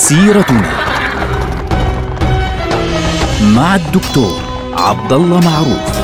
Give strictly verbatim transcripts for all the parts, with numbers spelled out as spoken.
سيرتنا مع الدكتور عبد الله معروف.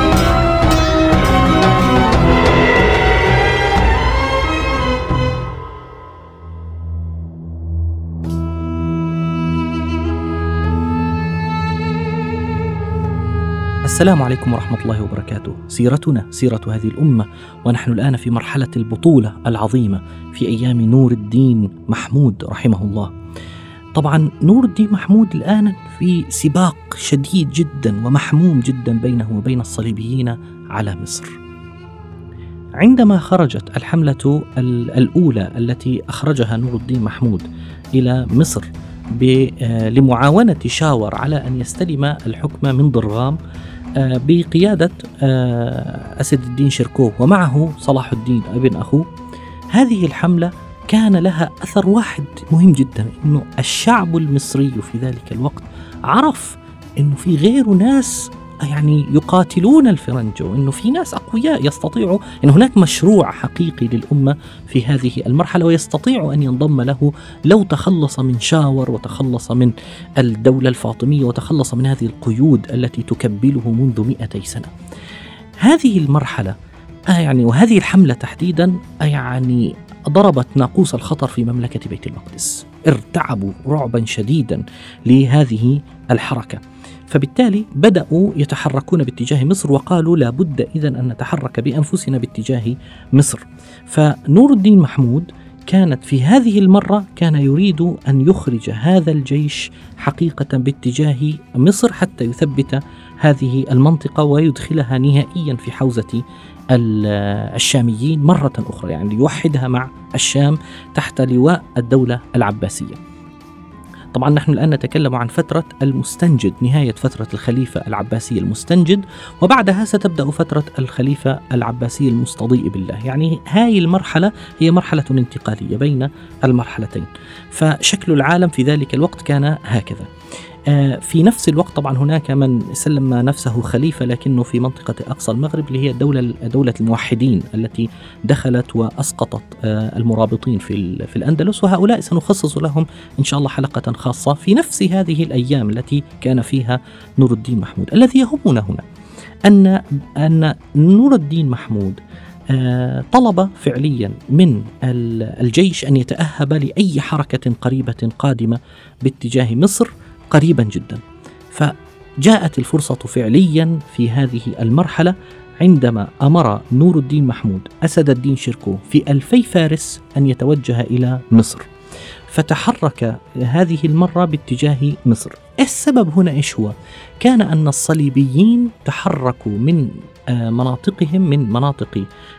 السلام عليكم ورحمة الله وبركاته. سيرتنا سيرة هذه الأمة، ونحن الآن في مرحلة البطولة العظيمة في أيام نور الدين محمود رحمه الله. طبعا نور الدين محمود الآن في سباق شديد جدا ومحموم جدا بينه وبين الصليبيين على مصر. عندما خرجت الحملة الأولى التي أخرجها نور الدين محمود إلى مصر لمعاونة شاور على أن يستلم الحكم من ضرغام بقيادة أسد الدين شركوه ومعه صلاح الدين ابن أخوه، هذه الحملة كان لها أثر واحد مهم جدا، أنه الشعب المصري في ذلك الوقت عرف أنه في غير ناس يعني يقاتلون الفرنج، وأنه في ناس أقوياء يستطيعوا أن هناك مشروع حقيقي للأمة في هذه المرحلة ويستطيع أن ينضم له لو تخلص من شاور وتخلص من الدولة الفاطمية وتخلص من هذه القيود التي تكبله منذ مئتي سنة. هذه المرحلة يعني وهذه الحملة تحديدا يعني ضربت ناقوس الخطر في مملكة بيت المقدس، ارتعبوا رعبا شديدا لهذه الحركة، فبالتالي بدأوا يتحركون باتجاه مصر وقالوا لا بد إذن أن نتحرك بأنفسنا باتجاه مصر. فنور الدين محمود كانت في هذه المرة كان يريد أن يخرج هذا الجيش حقيقة باتجاه مصر حتى يثبت هذه المنطقة ويدخلها نهائيا في حوزة الشاميين مرة أخرى، يعني يوحدها مع الشام تحت لواء الدولة العباسية. طبعا نحن الآن نتكلم عن فترة المستنجد، نهاية فترة الخليفة العباسي المستنجد، وبعدها ستبدأ فترة الخليفة العباسي المستضيء بالله. يعني هاي المرحلة هي مرحلة انتقالية بين المرحلتين، فشكل العالم في ذلك الوقت كان هكذا. في نفس الوقت طبعا هناك من سلم نفسه خليفة لكنه في منطقة أقصى المغرب اللي هي الدولة دولة الموحدين التي دخلت وأسقطت المرابطين في في الأندلس، وهؤلاء سنخصص لهم إن شاء الله حلقة خاصة في نفس هذه الأيام التي كان فيها نور الدين محمود. الذي يهمنا هنا أن أن نور الدين محمود طلب فعليا من الجيش أن يتأهب لأي حركة قريبة قادمة باتجاه مصر قريبا جدا. فجاءت الفرصة فعليا في هذه المرحلة عندما أمر نور الدين محمود أسد الدين شركوه في ألفي فارس أن يتوجه إلى مصر، فتحرك هذه المرة باتجاه مصر. السبب هنا إيش هو؟ كان أن الصليبيين تحركوا من مناطقهم من مناطق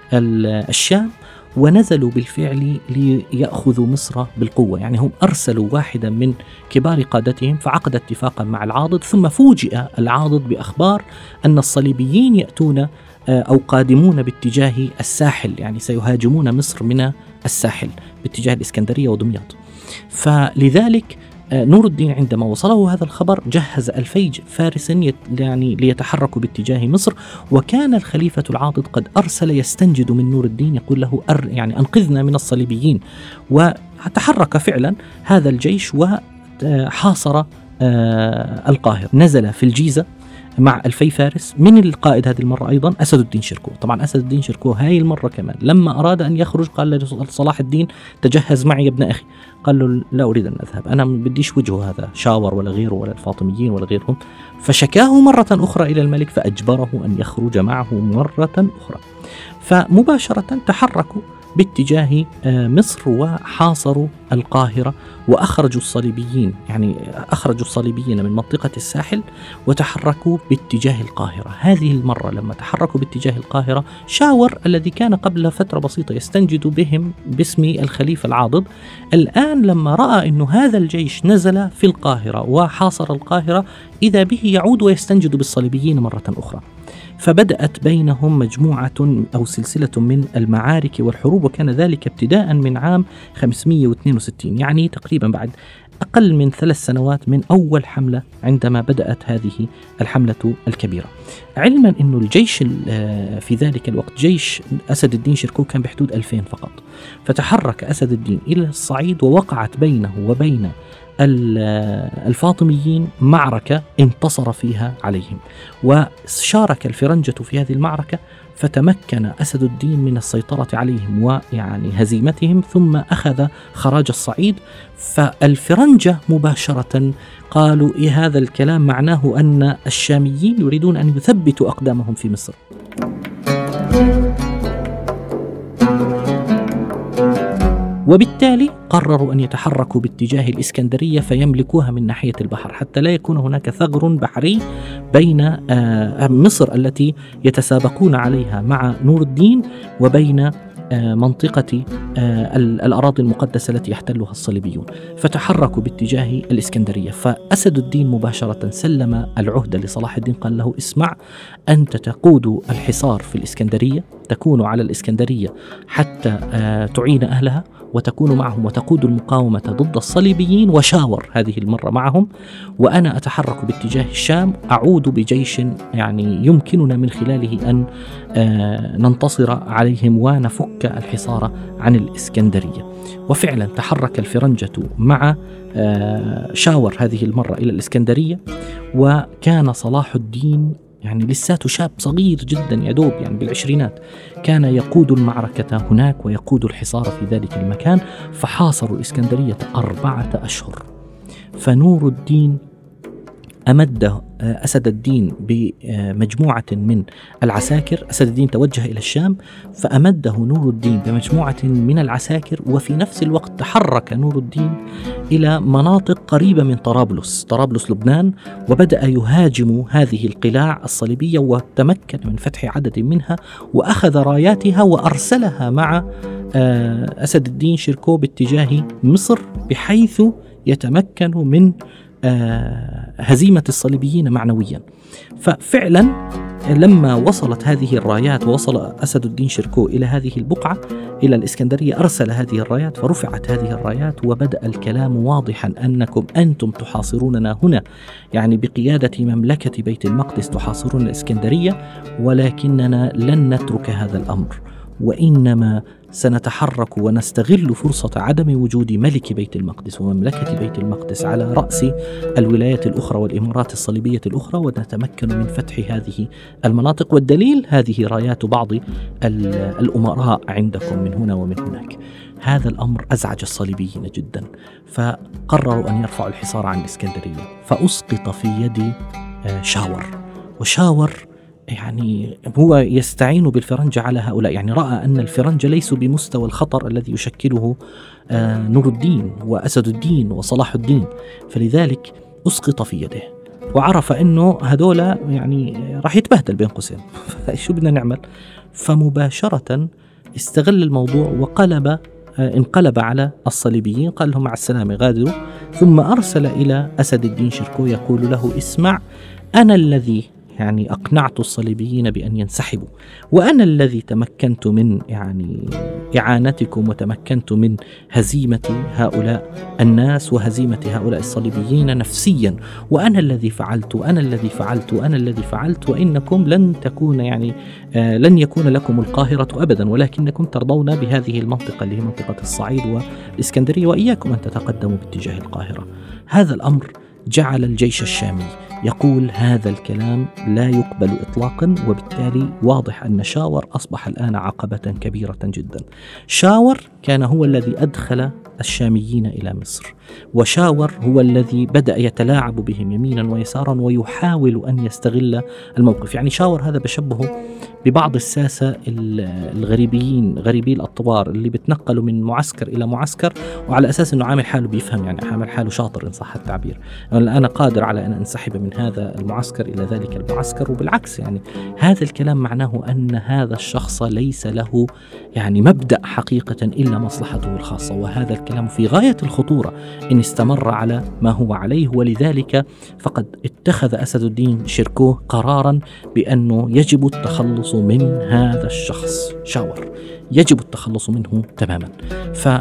الشام ونزلوا بالفعل ليأخذوا مصر بالقوة، يعني هم أرسلوا واحدا من كبار قادتهم فعقد اتفاقا مع العاضد، ثم فوجئ العاضد بأخبار أن الصليبيين يأتون أو قادمون باتجاه الساحل، يعني سيهاجمون مصر من الساحل باتجاه الإسكندرية ودمياط. فلذلك نور الدين عندما وصله هذا الخبر جهز ألفي فارس يعني ليتحركوا باتجاه مصر، وكان الخليفة العاضد قد أرسل يستنجد من نور الدين يقول له أر يعني أنقذنا من الصليبيين، وتحرك فعلا هذا الجيش وحاصر القاهرة. نزل في الجيزة مع ألفي فارس من القائد هذه المرة أيضا أسد الدين شركوه. طبعا أسد الدين شركوه هاي المرة كمان لما أراد أن يخرج قال لصلاح الدين تجهز معي يا ابن أخي، قال له لا أريد أن أذهب، أنا بديش وجهه هذا شاور ولا غيره ولا الفاطميين ولا غيرهم. فشكاه مرة أخرى إلى الملك فأجبره أن يخرج معه مرة أخرى. فمباشرة تحركوا باتجاه مصر وحاصروا القاهرة وأخرجوا الصليبيين، يعني أخرجوا الصليبيين من منطقة الساحل وتحركوا باتجاه القاهرة. هذه المرة لما تحركوا باتجاه القاهرة شاور الذي كان قبل فترة بسيطة يستنجد بهم باسم الخليفة العاضد، الآن لما رأى أن هذا الجيش نزل في القاهرة وحاصر القاهرة إذا به يعود ويستنجد بالصليبيين مرة أخرى. فبدأت بينهم مجموعة أو سلسلة من المعارك والحروب، وكان ذلك ابتداء من عام خمسمئة واثنين وستين، يعني تقريبا بعد أقل من ثلاث سنوات من أول حملة عندما بدأت هذه الحملة الكبيرة. علما أنه الجيش في ذلك الوقت جيش أسد الدين شركو كان بحدود ألفين فقط. فتحرك أسد الدين إلى الصعيد، ووقعت بينه وبين الفاطميين معركة انتصر فيها عليهم، وشارك الفرنجة في هذه المعركة، فتمكن أسد الدين من السيطرة عليهم ويعني هزيمتهم، ثم أخذ خراج الصعيد. فالفرنجة مباشرة قالوا إيه هذا الكلام؟ معناه أن الشاميين يريدون أن يثبتوا أقدامهم في مصر. وبالتالي قرروا أن يتحركوا باتجاه الإسكندرية فيملكوها من ناحية البحر، حتى لا يكون هناك ثغر بحري بين مصر التي يتسابقون عليها مع نور الدين وبين منطقة الأراضي المقدسة التي يحتلها الصليبيون. فتحركوا باتجاه الإسكندرية. فأسد الدين مباشرة سلم العهدة لصلاح الدين، قال له اسمع، أنت تقود الحصار في الإسكندرية، تكون على الإسكندرية حتى تعين أهلها وتكون معهم وتقود المقاومة ضد الصليبيين، وشاور هذه المرة معهم، وأنا أتحرك باتجاه الشام، أعود بجيش يعني يمكننا من خلاله أن ننتصر عليهم ونفك الحصار عن الإسكندرية. وفعلا تحرك الفرنجة مع شاور هذه المرة إلى الإسكندرية، وكان صلاح الدين يعني لساته شاب صغير جدا يدوب يعني بالعشرينات، كان يقود المعركة هناك ويقود الحصار في ذلك المكان. فحاصروا الإسكندرية أربعة أشهر. فنور الدين أمد أسد الدين بمجموعة من العساكر. أسد الدين توجه إلى الشام، فأمده نور الدين بمجموعة من العساكر، وفي نفس الوقت تحرك نور الدين إلى مناطق قريبة من طرابلس طرابلس لبنان، وبدأ يهاجم هذه القلاع الصليبية، وتمكن من فتح عدد منها، وأخذ راياتها وأرسلها مع أسد الدين شركو باتجاه مصر، بحيث يتمكن من هزيمة الصليبيين معنويا. ففعلا لما وصلت هذه الرايات ووصل أسد الدين شركو إلى هذه البقعة إلى الإسكندرية، أرسل هذه الرايات فرفعت هذه الرايات، وبدأ الكلام واضحا أنكم أنتم تحاصروننا هنا، يعني بقيادة مملكة بيت المقدس تحاصرون الإسكندرية، ولكننا لن نترك هذا الأمر، وإنما سنتحرك ونستغل فرصة عدم وجود ملك بيت المقدس ومملكة بيت المقدس على رأس الولايات الأخرى والإمارات الصليبية الأخرى، ونتمكن من فتح هذه المناطق. والدليل هذه رايات بعض الأمراء عندكم من هنا ومن هناك. هذا الأمر أزعج الصليبيين جدا، فقرروا أن يرفعوا الحصار عن الإسكندرية، فأسقط في يد شاور. وشاور يعني هو يستعين بالفرنجة على هؤلاء، يعني رأى أن الفرنجة ليسوا بمستوى الخطر الذي يشكله نور الدين وأسد الدين وصلاح الدين، فلذلك أسقط في يده، وعرف أنه هدولا يعني راح يتبهدل بين قوسين شو بدنا نعمل؟ فمباشرة استغل الموضوع وقلب انقلب على الصليبيين، قال لهم مع السلامة غادروا، ثم أرسل إلى أسد الدين شركو يقول له اسمع، أنا الذي يعني أقنعت الصليبيين بأن ينسحبوا، وأنا الذي تمكنت من يعني إعانتكم وتمكنت من هزيمة هؤلاء الناس وهزيمة هؤلاء الصليبيين نفسيا، وأنا الذي فعلت وأنا الذي فعلت وأنا الذي فعلت وإنكم لن تكون يعني آه لن يكون لكم القاهرة أبدا، ولكنكم ترضون بهذه المنطقة اللي هي منطقة الصعيد والإسكندرية، وإياكم أن تتقدموا باتجاه القاهرة. هذا الأمر جعل الجيش الشامي يقول هذا الكلام لا يقبل إطلاقا، وبالتالي واضح أن شاور أصبح الآن عقبة كبيرة جدا. شاور كان هو الذي أدخل الشاميين إلى مصر، وشاور هو الذي بدأ يتلاعب بهم يمينا ويسارا ويحاول أن يستغل الموقف. يعني شاور هذا بشبهه ببعض الساسة الغريبيين غريبي الأطوار اللي بتنقلوا من معسكر إلى معسكر، وعلى أساس أنه عامل حاله بيفهم، يعني عامل حاله شاطر إن صح التعبير، أنا قادر على أن أنسحب من هذا المعسكر إلى ذلك المعسكر. وبالعكس يعني هذا الكلام معناه أن هذا الشخص ليس له يعني مبدأ حقيقة إلا مصلحته الخاصة، وهذا الكلام في غاية الخطورة إن استمر على ما هو عليه. ولذلك فقد اتخذ أسد الدين شركو قرارا بأنه يجب التخلص من هذا الشخص شاور، يجب التخلص منه تماما. ف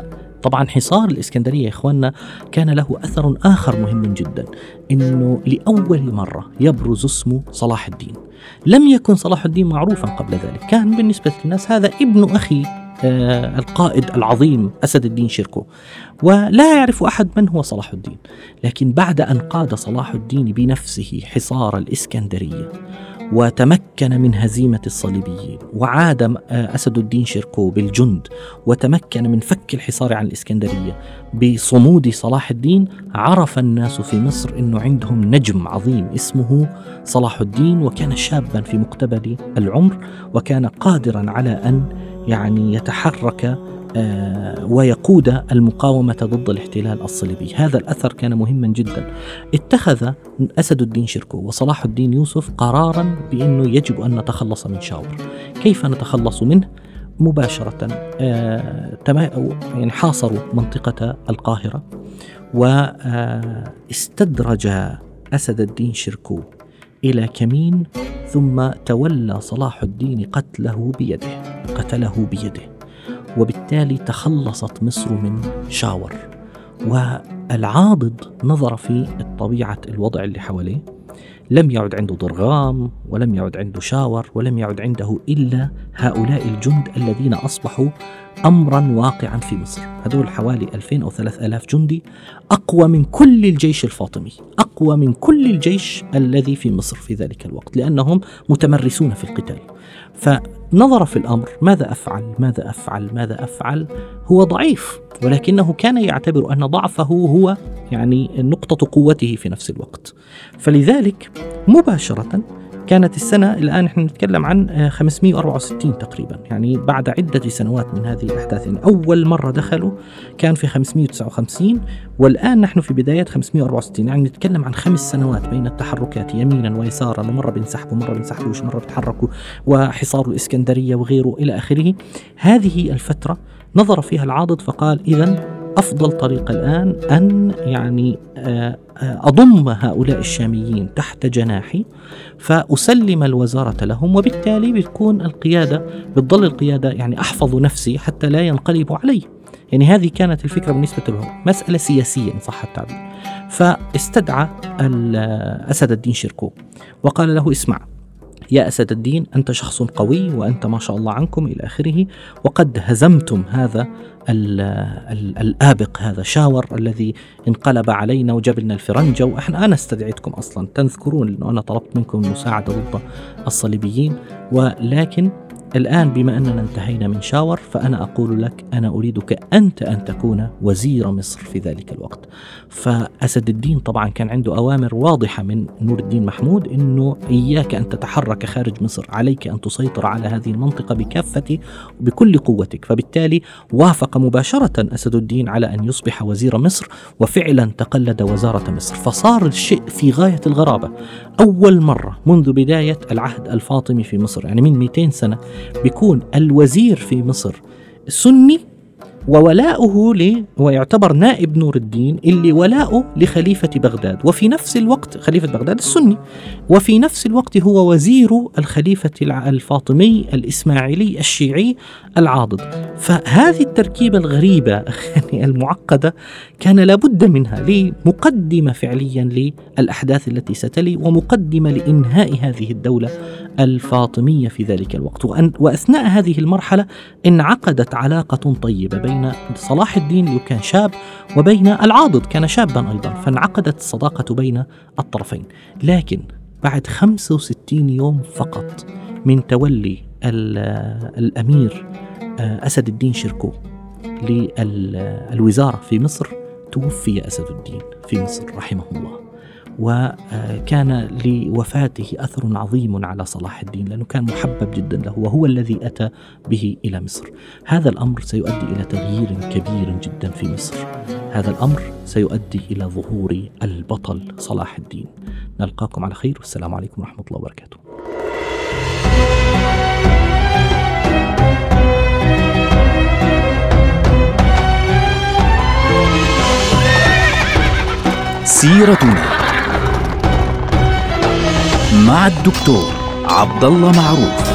طبعا حصار الإسكندرية يا إخواننا كان له أثر آخر مهم جدا، إنه لأول مرة يبرز اسمه صلاح الدين. لم يكن صلاح الدين معروفا قبل ذلك، كان بالنسبة للناس هذا ابن أخي آه القائد العظيم أسد الدين شيركو، ولا يعرف أحد من هو صلاح الدين. لكن بعد أن قاد صلاح الدين بنفسه حصار الإسكندرية وتمكن من هزيمة الصليبيين، وعاد أسد الدين شيركو بالجند وتمكن من فك الحصار عن الإسكندرية بصمود صلاح الدين، عرف الناس في مصر أنه عندهم نجم عظيم اسمه صلاح الدين، وكان شابا في مقتبل العمر، وكان قادرا على أن يعني يتحرك ويقود المقاومة ضد الاحتلال الصليبي. هذا الأثر كان مهما جدا. اتخذ أسد الدين شيركو وصلاح الدين يوسف قرارا بأنه يجب أن نتخلص من شاور. كيف نتخلص منه؟ مباشرة يعني حاصروا منطقة القاهرة، واستدرج أسد الدين شيركو إلى كمين، ثم تولى صلاح الدين قتله بيده قتله بيده وبالتالي تخلصت مصر من شاور. والعاضد نظر في طبيعة الوضع اللي حواليه، لم يعد عنده ضرغام، ولم يعد عنده شاور، ولم يعد عنده إلا هؤلاء الجند الذين أصبحوا أمرا واقعا في مصر. هذول حوالي ألفين أو ثلاثة آلاف جندي، أقوى من كل الجيش الفاطمي، أقوى من كل الجيش الذي في مصر في ذلك الوقت، لأنهم متمرسون في القتال. فنظر في الأمر، ماذا أفعل ماذا أفعل ماذا أفعل هو ضعيف، ولكنه كان يعتبر أن ضعفه هو يعني نقطة قوته في نفس الوقت. فلذلك مباشرة كانت السنة الآن نحن نتكلم عن خمسمائة وأربعة وستين تقريبا، يعني بعد عدة سنوات من هذه الأحداث. يعني أول مرة دخلوا كان في خمسمائة وتسعة وخمسين، والآن نحن في بداية خمسمائة وأربعة وستين، يعني نتكلم عن خمس سنوات بين التحركات يمينا ويسارا، ومرة بنسحبوا مرة بنسحبوش مرة بتحركوا، وحصار الإسكندرية وغيره إلى آخره. هذه الفترة نظر فيها العاضد فقال: إذن أفضل طريقة الآن أن يعني أضم هؤلاء الشاميين تحت جناحي، فأسلم الوزارة لهم، وبالتالي بتكون القيادة بتظل القيادة يعني أحفظ نفسي حتى لا ينقلبوا علي. يعني هذه كانت الفكرة بالنسبة لهم، مسألة سياسية إن صح التعبير. فاستدعى أسد الدين شيركو وقال له: اسمع يا أسد الدين، أنت شخص قوي وأنت ما شاء الله عنكم إلى آخره، وقد هزمتم هذا ال ال الآبق، هذا شاور الذي انقلب علينا وجاب لنا الفرنجة، وإحنا أنا استدعيتكم أصلا، تذكرون أنه أنا طلبت منكم المساعدة ضد الصليبيين، ولكن الآن بما أننا انتهينا من شاور فأنا أقول لك أنا أريدك أنت أن تكون وزير مصر في ذلك الوقت. فأسد الدين طبعا كان عنده أوامر واضحة من نور الدين محمود أنه إياك أن تتحرك خارج مصر، عليك أن تسيطر على هذه المنطقة بكافة وبكل قوتك. فبالتالي وافق مباشرة أسد الدين على أن يصبح وزير مصر، وفعلا تقلد وزارة مصر. فصار الشيء في غاية الغرابة، أول مرة منذ بداية العهد الفاطمي في مصر، يعني من مئتين سنة، بيكون الوزير في مصر سني وولاؤه ل ويعتبر نائب نور الدين اللي ولاؤه لخليفة بغداد، وفي نفس الوقت خليفة بغداد السني، وفي نفس الوقت هو وزير الخليفة الفاطمي الإسماعيلي الشيعي العاضد. فهذه التركيبة الغريبة يعني المعقدة كان لابد منها لمقدمة فعليا للأحداث التي ستلي، ومقدمة لإنهاء هذه الدولة الفاطمية في ذلك الوقت. وأثناء هذه المرحلة انعقدت علاقة طيبة بين صلاح الدين اللي كان شاب وبين العاضد كان شابا أيضا، فانعقدت الصداقة بين الطرفين. لكن بعد خمسة وستين يوم فقط من تولي الأمير أسد الدين شيركو للوزارة في مصر توفي أسد الدين في مصر رحمه الله، وكان لوفاته أثر عظيم على صلاح الدين لأنه كان محبب جدا له، وهو الذي أتى به إلى مصر. هذا الأمر سيؤدي إلى تغيير كبير جدا في مصر، هذا الأمر سيؤدي إلى ظهور البطل صلاح الدين. نلقاكم على خير، والسلام عليكم ورحمة الله وبركاته. سيرتنا مع الدكتور عبد الله معروف.